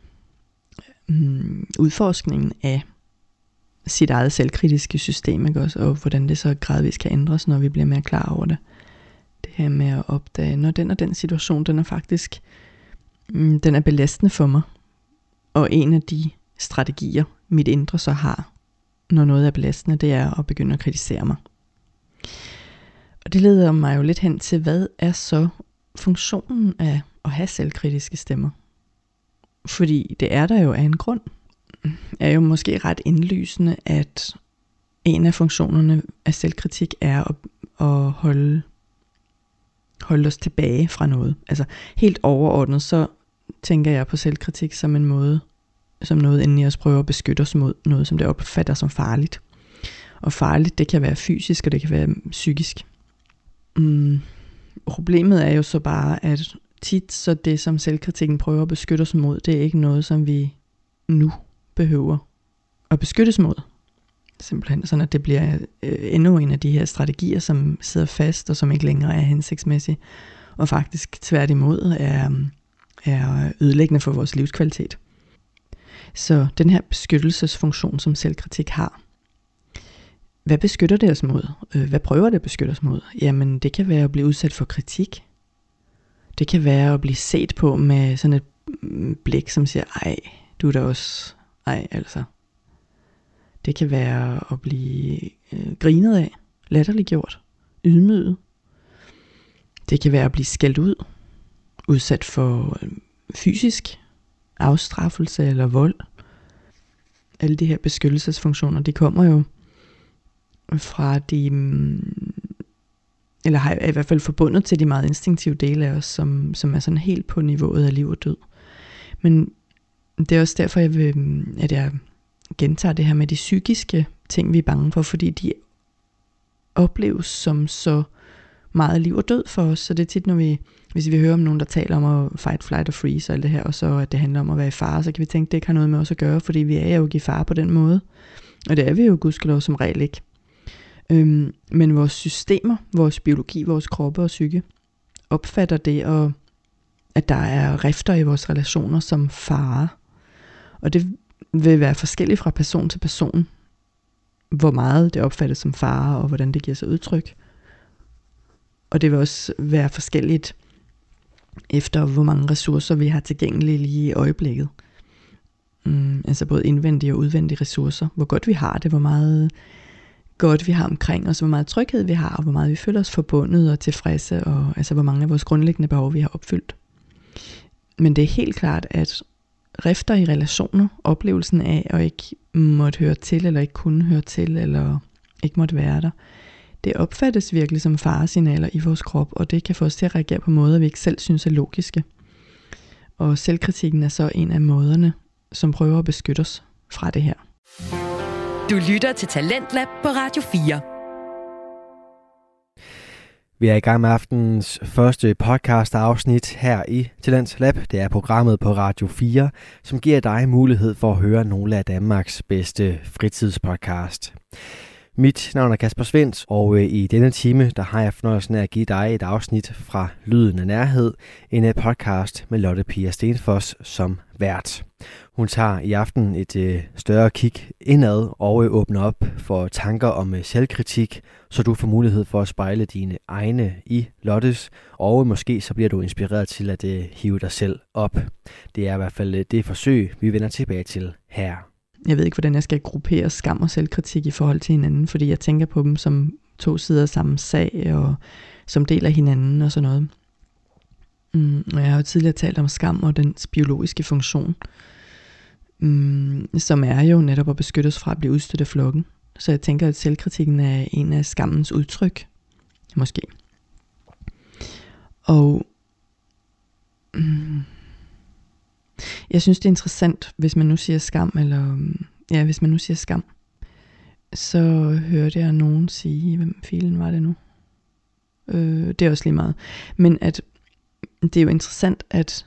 D: udforskningen af sit eget selvkritiske system, ikke også? Og hvordan det så gradvist kan ændres, når vi bliver mere klar over det. Det her med at opdage, når den og den situation, den er faktisk den er belastende for mig. Og en af de strategier, mit indre så har, når noget er belastende, det er at begynde at kritisere mig. Og det leder mig jo lidt hen til, hvad er så funktionen af at have selvkritiske stemmer? Fordi det er der jo af en grund. Er jo måske ret indlysende, at en af funktionerne af selvkritik er at holde os tilbage fra noget. Altså helt overordnet, så tænker jeg på selvkritik som en måde, som noget inde i os prøver at beskytte os mod noget, som det opfatter som farligt. Og farligt, det kan være fysisk, og det kan være psykisk. Problemet er jo så bare, at tit så det, som selvkritikken prøver at beskytte os mod, det er ikke noget, som vi nu behøver at beskyttes mod. Simpelthen sådan, at det bliver endnu en af de her strategier, som sidder fast, og som ikke længere er hensigtsmæssige, og faktisk tværtimod er ødelæggende for vores livskvalitet. Så den her beskyttelsesfunktion, som selvkritik har, hvad beskytter det os mod? Hvad prøver det at beskytte os mod? Jamen, det kan være at blive udsat for kritik. Det kan være at blive set på med sådan et blik, som siger, ej, du er da også, ej, altså. Det kan være at blive grinet af, latterliggjort, ydmyget. Det kan være at blive skældt ud, udsat for fysisk afstraffelse eller vold. Alle de her beskyttelsesfunktioner, de kommer jo fra de, eller er i hvert fald forbundet til de meget instinktive dele af os, som er sådan helt på niveauet af liv og død. Men det er også derfor, at jeg gentager det her med de psykiske ting, vi er bange for, fordi de opleves som så meget liv og død for os. Så det er tit, hvis vi hører om nogen, der taler om at fight, flight og freeze og alt det her, og så at det handler om at være i fare, så kan vi tænke, at det ikke har noget med os at gøre, fordi vi er jo ikke i fare på den måde. Og det er vi jo gudskelov som regel ikke. Men vores systemer, vores biologi, vores kroppe og psyke, opfatter det, at der er rifter i vores relationer som fare. Og det vil være forskelligt fra person til person, hvor meget det opfattes som fare, og hvordan det giver sig udtryk. Og det vil også være forskelligt efter, hvor mange ressourcer vi har tilgængelige lige i øjeblikket. Altså både indvendige og udvendige ressourcer. Hvor godt vi har det, hvor meget godt vi har omkring os, hvor meget tryghed vi har, og hvor meget vi føler os forbundet og tilfredse, og altså hvor mange af vores grundlæggende behov vi har opfyldt. Men det er helt klart, at rifter i relationer, oplevelsen af at ikke måtte høre til, eller ikke kunne høre til, eller ikke måtte være der, det opfattes virkelig som faresignaler i vores krop, og det kan få os til at reagere på måder, vi ikke selv synes er logiske. Og selvkritikken er så en af måderne, som prøver at beskytte os fra det her.
B: Du lytter til Talentlab på Radio 4.
C: Vi er i gang med aftenens første podcast afsnit her i Talentlab. Det er programmet på Radio 4, som giver dig mulighed for at høre nogle af Danmarks bedste fritidspodcast. Mit navn er Kasper Svendt, og i denne time der har jeg fornøjelsen af at give dig et afsnit fra Lyden af Nærhed, en podcast med Lotte Pia Stenfoss som vært. Hun tager i aften et større kig indad og åbner op for tanker om selvkritik, så du får mulighed for at spejle dine egne i Lottes, og måske så bliver du inspireret til at hive dig selv op. Det er i hvert fald det forsøg, vi vender tilbage til her.
D: Jeg ved ikke, hvordan jeg skal gruppere skam og selvkritik i forhold til hinanden, fordi jeg tænker på dem som to sider af samme sag, og som deler hinanden og sådan noget. Og jeg har jo tidligere talt om skam og dens biologiske funktion, som er jo netop at beskytte os fra at blive udstødt af flokken. Så jeg tænker, at selvkritikken er en af skammens udtryk, måske. Og jeg synes, det er interessant, hvis man nu siger skam, hvis man nu siger skam, så hørte jeg nogen sige, hvem filen var det nu? Det er også lige meget. Men at det er jo interessant, at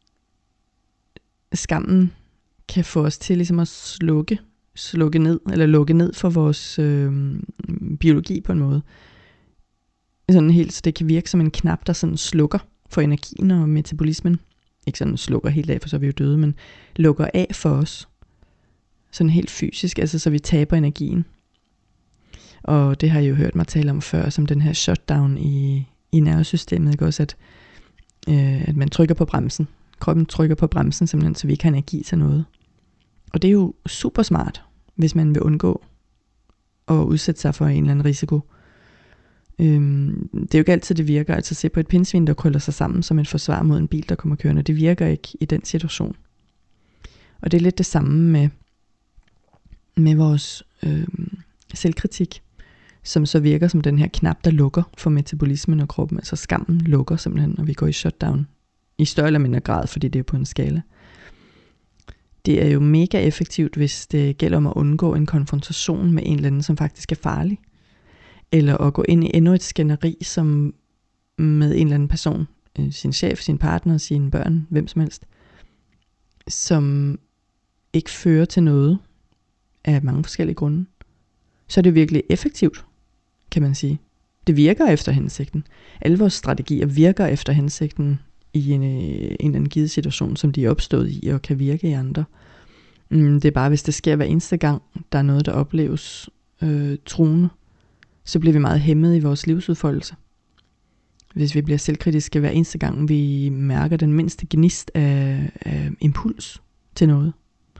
D: skammen kan få os til ligesom at slukke ned, eller lukke ned for vores biologi på en måde. Sådan helt, så det kan virke som en knap, der sådan slukker for energien og metabolismen. Ikke sådan slukker helt af, for så er vi jo døde, men lukker af for os. Sådan helt fysisk, altså så vi taber energien. Og det har jeg jo hørt mig tale om før, som den her shutdown i nervesystemet, ikke også, at man trykker på bremsen. Kroppen trykker på bremsen simpelthen, så vi ikke har energi til noget. Og det er jo super smart, hvis man vil undgå at udsætte sig for en eller anden risiko. Det er jo ikke altid, det virker. Altså se på et pindsvin, der krøller sig sammen som et forsvar mod en bil, der kommer kørende. Det virker ikke i den situation. Og det er lidt det samme med vores selvkritik, som så virker som den her knap, der lukker for metabolismen og kroppen. Altså skammen lukker simpelthen, når vi går i shutdown i større eller mindre grad, fordi det er på en skala. Det er jo mega effektivt, hvis det gælder om at undgå en konfrontation med en eller anden, som faktisk er farlig. Eller at gå ind i endnu et skænderi som med en eller anden person, sin chef, sin partner, sine børn, hvem som helst, som ikke fører til noget af mange forskellige grunde. Så er det virkelig effektivt, kan man sige. Det virker efter hensigten. Alle vores strategier virker efter hensigten i en eller anden givet situation, som de er opstået i og kan virke i andre. Det er bare, hvis det sker hver eneste gang, der er noget, der opleves truende, så bliver vi meget hæmmet i vores livsudfoldelse. Hvis vi bliver selvkritiske hver eneste gang, vi mærker den mindste gnist af impuls til noget,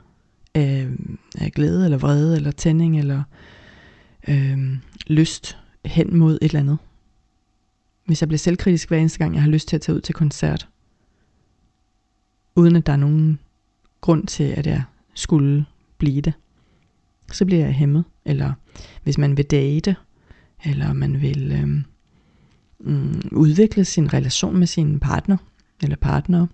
D: af glæde eller vrede eller tænding eller lyst hen mod et eller andet. Hvis jeg bliver selvkritisk hver eneste gang, jeg har lyst til at tage ud til koncert, uden at der er nogen grund til, at jeg skulle blive det, så bliver jeg hæmmet. Eller hvis man vil date, eller man vil udvikle sin relation med sin partner, eller partnere,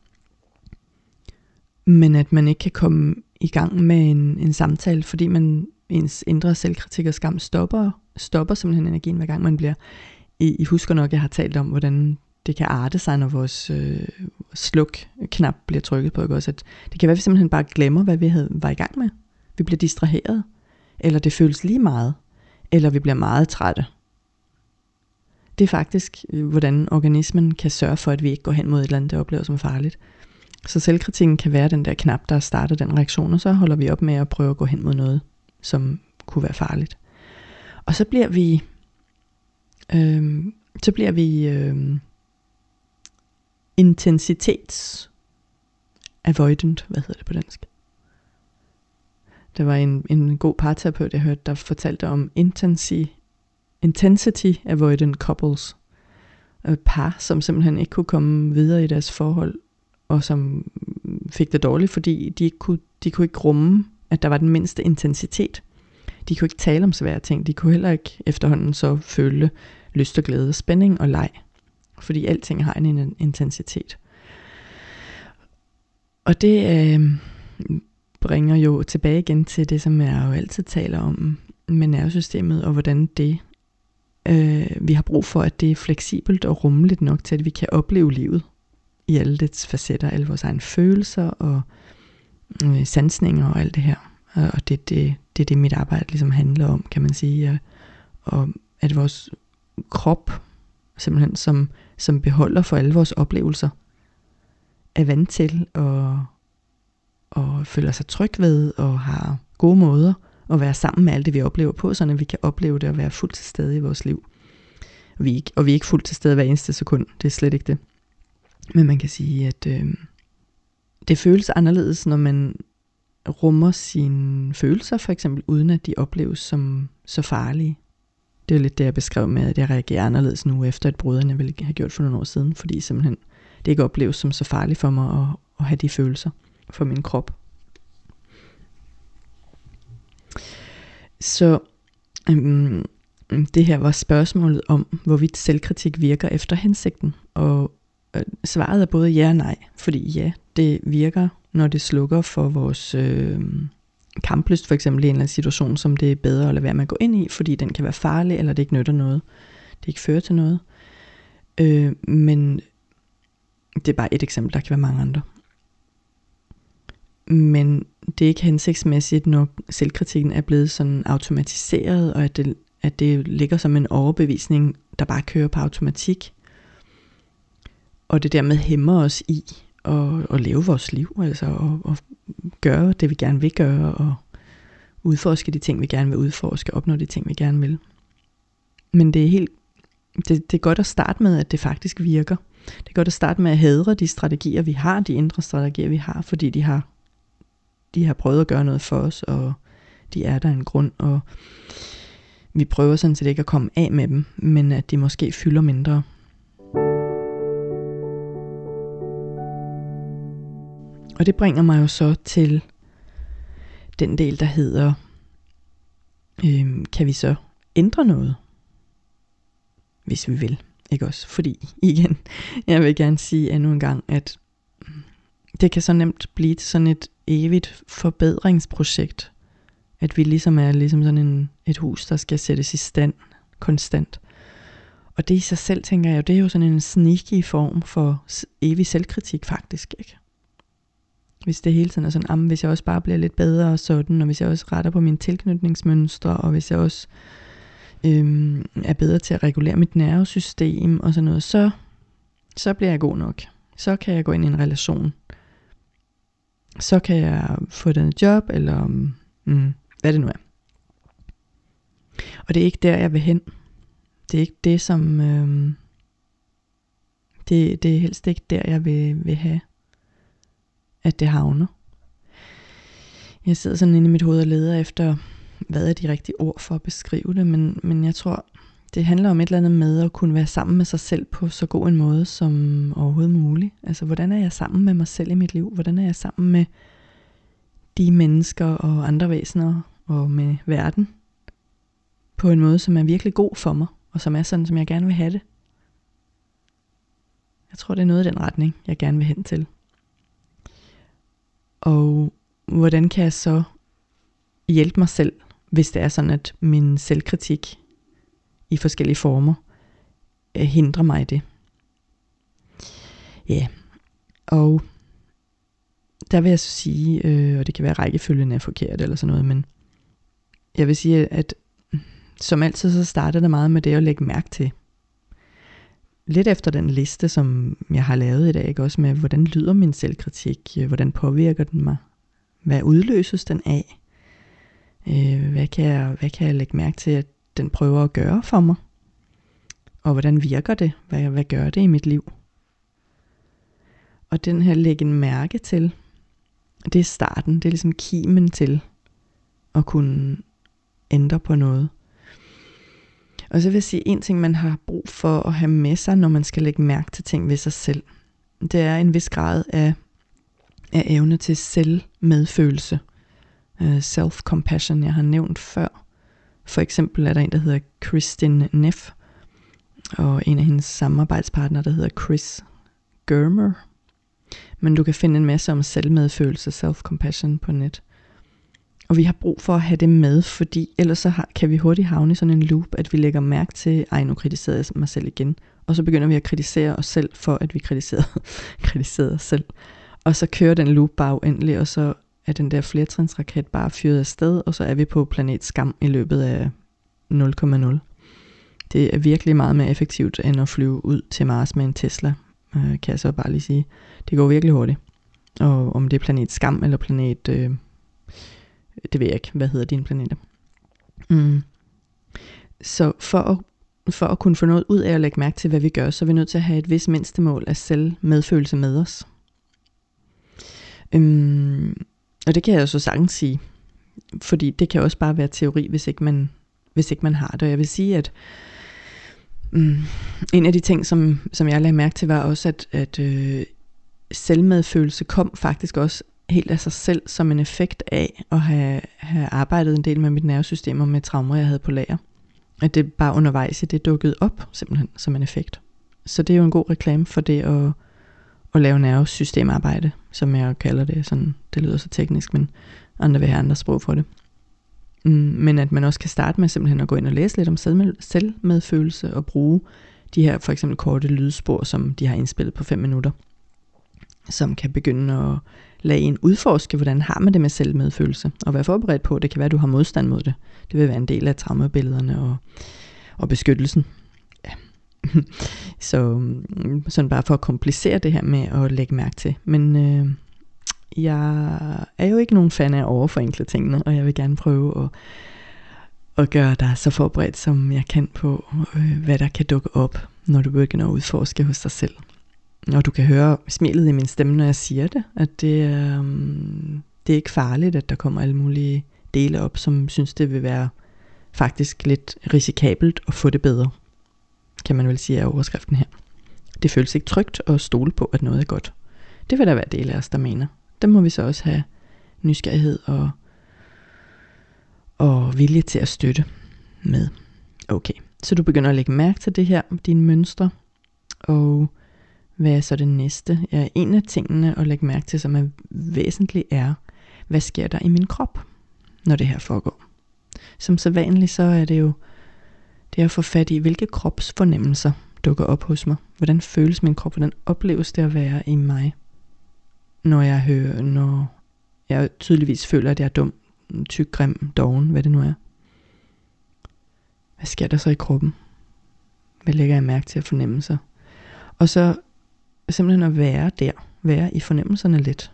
D: men at man ikke kan komme i gang med en samtale, fordi ens indre selvkritik og skam stopper simpelthen energien hver gang man bliver. I husker nok, jeg har talt om, hvordan det kan arte sig, når vores sluk-knap bliver trykket på. Ikke også? At det kan være, at vi simpelthen bare glemmer, hvad vi var i gang med. Vi bliver distraheret, eller det føles lige meget, eller vi bliver meget trætte. Det er faktisk, hvordan organismen kan sørge for, at vi ikke går hen mod et eller andet, der opleves som farligt. Så selvkritikken kan være den der knap, der starter den reaktion, og så holder vi op med at prøve at gå hen mod noget, som kunne være farligt. Og så bliver vi intensitets avoidant, hvad hedder det på dansk? Der var en god parterapeut, jeg hørte, der fortalte om intensity avoidant couples. Par, som simpelthen ikke kunne komme videre i deres forhold, og som fik det dårligt, fordi de kunne ikke rumme, at der var den mindste intensitet. De kunne ikke tale om svære ting. De kunne heller ikke efterhånden så føle lyst og glæde, spænding og leg. Fordi alting har en intensitet. Og det bringer jo tilbage igen til det, som jeg jo altid taler om med nervesystemet, og hvordan det, vi har brug for, at det er fleksibelt og rummeligt nok til, at vi kan opleve livet i alle dets facetter, alle vores egne følelser og sansninger og alt det her. Og det er det, mit arbejde ligesom handler om, kan man sige. Og at vores krop, simpelthen som beholder for alle vores oplevelser, er vant til og føler sig tryg ved og har gode måder at være sammen med alt det, vi oplever på, så vi kan opleve det og være fuldt til stede i vores liv. Og vi er ikke fuldt til stede hver eneste sekund, det er slet ikke det. Men man kan sige, at det føles anderledes, når man rummer sine følelser, for eksempel, uden at de opleves som så farlige. Det er lidt det, jeg beskrev med, at jeg reagerer anderledes nu efter et brud, end jeg ville have gjort for nogle år siden, fordi simpelthen det ikke opleves som så farligt for mig at have de følelser for min krop. Så det her var spørgsmålet om, hvorvidt selvkritik virker efter hensigten, og svaret er både ja og nej, fordi ja, det virker, når det slukker for vores kamplyst, for eksempel i en eller anden situation, som det er bedre at lade være med at gå ind i, fordi den kan være farlig, eller det ikke nytter noget, det ikke fører til noget. Men det er bare et eksempel, der kan være mange andre. Men det er ikke hensigtsmæssigt, når selvkritikken er blevet sådan automatiseret, og at det ligger som en overbevisning, der bare kører på automatik, og det dermed hæmmer os i at leve vores liv, altså og gøre det, vi gerne vil gøre, og udforske de ting, vi gerne vil udforske, opnå de ting, vi gerne vil. Men det er godt at starte med, at det faktisk virker. Det er godt at starte med at hædre de strategier, vi har, de indre strategier, vi har, fordi de har prøvet at gøre noget for os, og de er der en grund, og vi prøver sådan set ikke at komme af med dem, men at de måske fylder mindre. Og det bringer mig jo så til den del, der hedder, kan vi så ændre noget, hvis vi vil, ikke også? Fordi igen, jeg vil gerne sige endnu en gang, at det kan så nemt blive til sådan et evigt forbedringsprojekt, at vi ligesom er ligesom sådan et hus, der skal sættes i stand konstant. Og det i sig selv, tænker jeg, det er jo sådan en sneaky form for evig selvkritik faktisk, ikke? Hvis det hele tiden er sådan, hvis jeg også bare bliver lidt bedre og sådan, og hvis jeg også retter på mine tilknytningsmønstre, og hvis jeg også er bedre til at regulere mit nervesystem og sådan noget, så bliver jeg god nok. Så kan jeg gå ind i en relation. Så kan jeg få et job, eller hvad det nu er. Og det er ikke der, jeg vil hen. Det er ikke det, som... det er helst ikke der, jeg vil have, at det havner. Jeg sidder sådan inde i mit hoved og leder efter, hvad er de rigtige ord for at beskrive det, men jeg tror, det handler om et eller andet med at kunne være sammen med sig selv på så god en måde som overhovedet muligt. Altså, hvordan er jeg sammen med mig selv i mit liv? Hvordan er jeg sammen med de mennesker og andre væsener og med verden på en måde, som er virkelig god for mig, og som er sådan, som jeg gerne vil have det? Jeg tror, det er noget i den retning, jeg gerne vil hen til. Og hvordan kan jeg så hjælpe mig selv, hvis det er sådan, at min selvkritik i forskellige former hindrer mig i det? Ja, og der vil jeg så sige, og det kan være rækkefølgen er forkert eller sådan noget, men jeg vil sige, at som altid så starter det meget med det at lægge mærke til. Lidt efter den liste, som jeg har lavet i dag, ikke? Også med, hvordan lyder min selvkritik, hvordan påvirker den mig, hvad udløses den af, hvad kan jeg lægge mærke til, at den prøver at gøre for mig, og hvordan virker det, hvad gør det i mit liv. Og den her lægge en mærke til, det er starten, det er ligesom kimen til at kunne ændre på noget. Og så vil jeg sige, en ting man har brug for at have med sig, når man skal lægge mærke til ting ved sig selv, det er en vis grad af evne til selvmedfølelse. Self-compassion, jeg har nævnt før. For eksempel er der en, der hedder Kristin Neff, og en af hendes samarbejdspartnere, der hedder Chris Germer. Men du kan finde en masse om selvmedfølelse, self-compassion på net. Og vi har brug for at have det med, fordi ellers så kan vi hurtigt havne i sådan en loop, at vi lægger mærke til, nu kritiserede jeg mig selv igen. Og så begynder vi at kritisere os selv for, at vi kritiserede os selv. Og så kører den loop bare uendelig, og så er den der flertrinsraket bare fyret afsted, og så er vi på planet Skam i løbet af 0,0. Det er virkelig meget mere effektivt, end at flyve ud til Mars med en Tesla, kan jeg så bare lige sige. Det går virkelig hurtigt. Og om det er planet Skam eller planet... det ved jeg ikke. Hvad hedder dine planeter? Så for at kunne få noget ud af at lægge mærke til, hvad vi gør, så er vi nødt til at have et vist mindstemål af selvmedfølelse med os. Og det kan jeg jo så sagtens sige. Fordi det kan også bare være teori, hvis ikke man har det. Og jeg vil sige, at en af de ting, som jeg lagde mærke til, var også, at selvmedfølelse kom faktisk også helt af sig selv som en effekt af at have arbejdet en del med mit nervesystem og med traumer, jeg havde på lager. At det bare undervejs i det dukkede op, simpelthen som en effekt. Så det er jo en god reklame for det at lave nervesystemarbejde, som jeg kalder det. Sådan, det lyder så teknisk, men andre vil have andre sprog for det. Men at man også kan starte med simpelthen at gå ind og læse lidt om selvmedfølelse og bruge de her for eksempel korte lydspor, som de har indspillet på 5 minutter, som kan begynde at lade en udforske, hvordan har man det med selvmedfølelse, og være forberedt på, det kan være, at du har modstand mod det. Det vil være en del af traumebillederne og beskyttelsen. Ja. Så sådan bare for at komplicere det her med at lægge mærke til. Men jeg er jo ikke nogen fan af at overforenkle tingene, og jeg vil gerne prøve at gøre dig så forberedt, som jeg kan på, hvad der kan dukke op, når du begynder at udforske hos dig selv. Og du kan høre smilet i min stemme, når jeg siger det, at det er ikke farligt, at der kommer alle mulige dele op, som synes, det vil være faktisk lidt risikabelt at få det bedre, kan man vel sige af overskriften her. Det føles ikke trygt at stole på, at noget er godt. Det vil der være dele af os, der mener. Der må vi så også have nysgerrighed og vilje til at støtte med. Okay, så du begynder at lægge mærke til det her, dine mønstre, og Hvad er så det næste? Ja, en af tingene at lægge mærke til, som er væsentligt, er, hvad sker der i min krop, når det her foregår? Som så vanligt, så er det jo det at få fat i, hvilke kropsfornemmelser dukker op hos mig. Hvordan føles min krop? Hvordan opleves det at være i mig? Når jeg tydeligvis føler, at jeg er dum, tyk, grim, doven, hvad det nu er. Hvad sker der så i kroppen? Hvad lægger jeg mærke til at fornemmelser? Og så simpelthen at være der. Være i fornemmelserne lidt.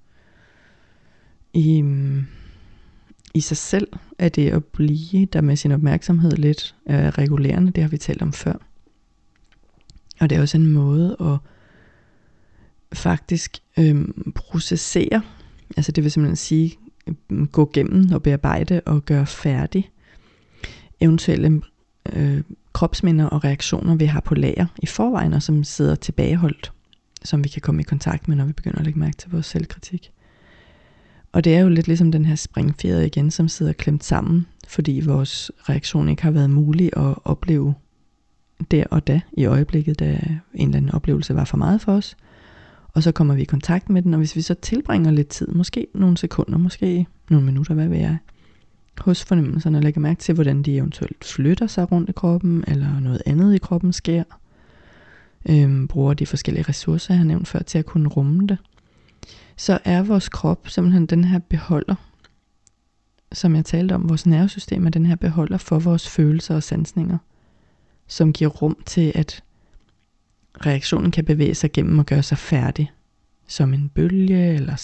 D: I sig selv er det at blive der med sin opmærksomhed lidt regulerende. Det har vi talt om før. Og det er også en måde at faktisk processere. Altså det vil simpelthen sige, gå gennem og bearbejde og gøre færdig eventuelle kropsminder og reaktioner, vi har på lager i forvejen, og som sidder tilbageholdt, som vi kan komme i kontakt med, når vi begynder at lægge mærke til vores selvkritik. Og det er jo lidt ligesom den her springfjeder igen, som sidder klemt sammen, fordi vores reaktion ikke har været mulig at opleve der og da, i øjeblikket, da en eller anden oplevelse var for meget for os. Og så kommer vi i kontakt med den, og hvis vi så tilbringer lidt tid, måske nogle sekunder, måske nogle minutter, hvad ved jeg, hos fornemmelserne, og lægger mærke til, hvordan de eventuelt flytter sig rundt i kroppen, eller noget andet i kroppen sker, bruger de forskellige ressourcer, jeg har nævnt før, til at kunne rumme det, så er vores krop simpelthen den her beholder, som jeg talte om, vores nervesystem er den her beholder for vores følelser og sansninger, som giver rum til, at reaktionen kan bevæge sig gennem og gøre sig færdig, som en bølge, eller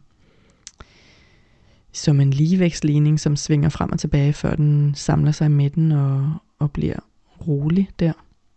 D: som en ligevægtsligning, som svinger frem og tilbage, før den samler sig i midten og bliver rolig der.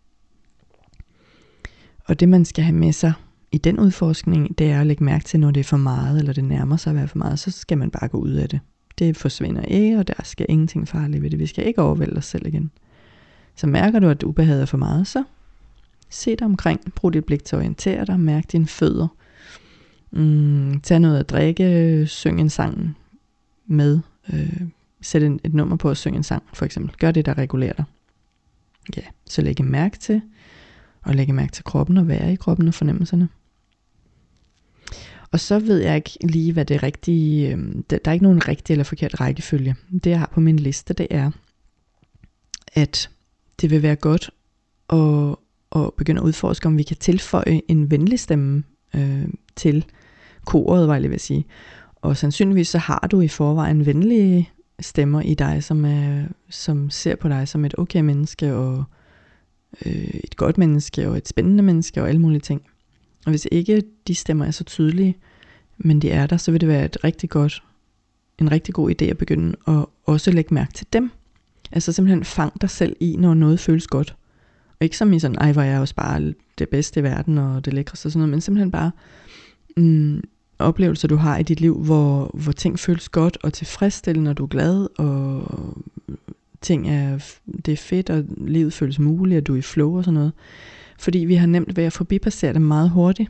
D: Og det man skal have med sig i den udforskning, det er at lægge mærke til, når det er for meget, eller det nærmer sig at være for meget, så skal man bare gå ud af det. Det forsvinder ikke, og der skal ingenting farligt ved det. Vi skal ikke overvælde os selv igen. Så mærker du, at ubehaget er for meget, så se dig omkring, brug dit blik til at orientere dig, mærk dine fødder, tag noget at drikke, syng en sang med, sæt et nummer på at synge en sang, for eksempel. Gør det, der regulerer dig. Ja, så lægge mærke til, og lægge mærke til kroppen, og være i kroppen og fornemmelserne. Og så ved jeg ikke lige, hvad det rigtige, der er ikke nogen rigtig eller forkert rækkefølge. Det jeg har på min liste, det er, at det vil være godt at begynde at udforske, om vi kan tilføje en venlig stemme til koret, var jeg lige ved at sige. Og sandsynligvis så har du i forvejen venlige stemmer i dig, som ser på dig som et okay menneske, og et godt menneske, og et spændende menneske, og alle mulige ting. Og hvis ikke de stemmer er så tydelige, men de er der, så vil det være en rigtig god idé at begynde at også lægge mærke til dem. Altså simpelthen fang dig selv i, når noget føles godt. Og ikke som i sådan, hvor jeg også bare det bedste i verden, og det lækreste og sådan noget, men simpelthen bare oplevelser, du har i dit liv, hvor ting føles godt og tilfredsstillende, når du er glad, og det er fedt, og livet føles muligt, og du er i flow og sådan noget. Fordi vi har nemt ved at forbipassere det meget hurtigt.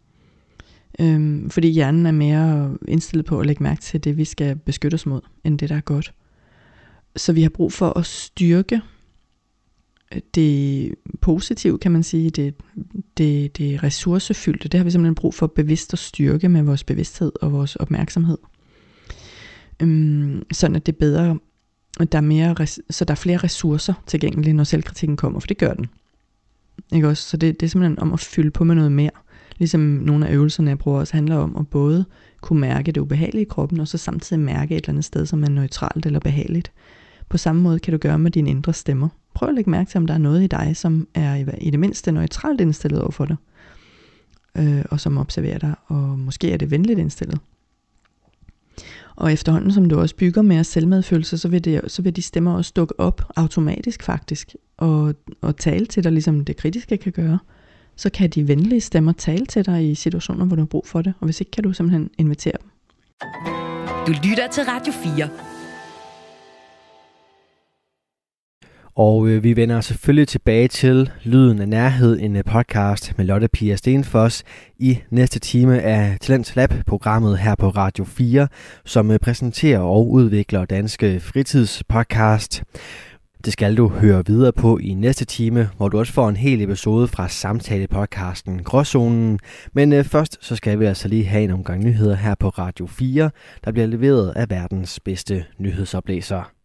D: Fordi hjernen er mere indstillet på at lægge mærke til det, vi skal beskytte os mod, end det, der er godt. Så vi har brug for at styrke det positive, kan man sige, det ressourcefyldte. Det har vi simpelthen brug for bevidst at styrke med vores bevidsthed og vores opmærksomhed. Sådan at det er bedre, så der er flere ressourcer tilgængelige, når selvkritikken kommer, for det gør den. Ikke også? Så det er simpelthen om at fylde på med noget mere. Ligesom nogle af øvelserne, jeg bruger, også handler om at både kunne mærke det ubehagelige i kroppen, og så samtidig mærke et eller andet sted, som er neutralt eller behageligt. På samme måde kan du gøre med dine indre stemmer. Prøv at lægge mærke til, om der er noget i dig, som er i det mindste neutralt indstillet over for dig, og som observerer dig, og måske er det venligt indstillet. Og efterhånden, som du også bygger mere selvmedfølelse, så vil de stemmer også dukke op automatisk faktisk, og tale til dig, ligesom det kritiske kan gøre. Så kan de venlige stemmer tale til dig i situationer, hvor du har brug for det, og hvis ikke, kan du simpelthen invitere dem.
B: Du lytter til Radio 4.
C: Og vi vender selvfølgelig tilbage til Lyden af Nærhed, en podcast med Lotte Pia Stenfoss i næste time af Talents Lab-programmet her på Radio 4, som præsenterer og udvikler Danske Fritidspodcast. Det skal du høre videre på i næste time, hvor du også får en hel episode fra samtale-podcasten Gråzonen. Men først så skal vi altså lige have en omgang nyheder her på Radio 4, der bliver leveret af verdens bedste nyhedsoplæser.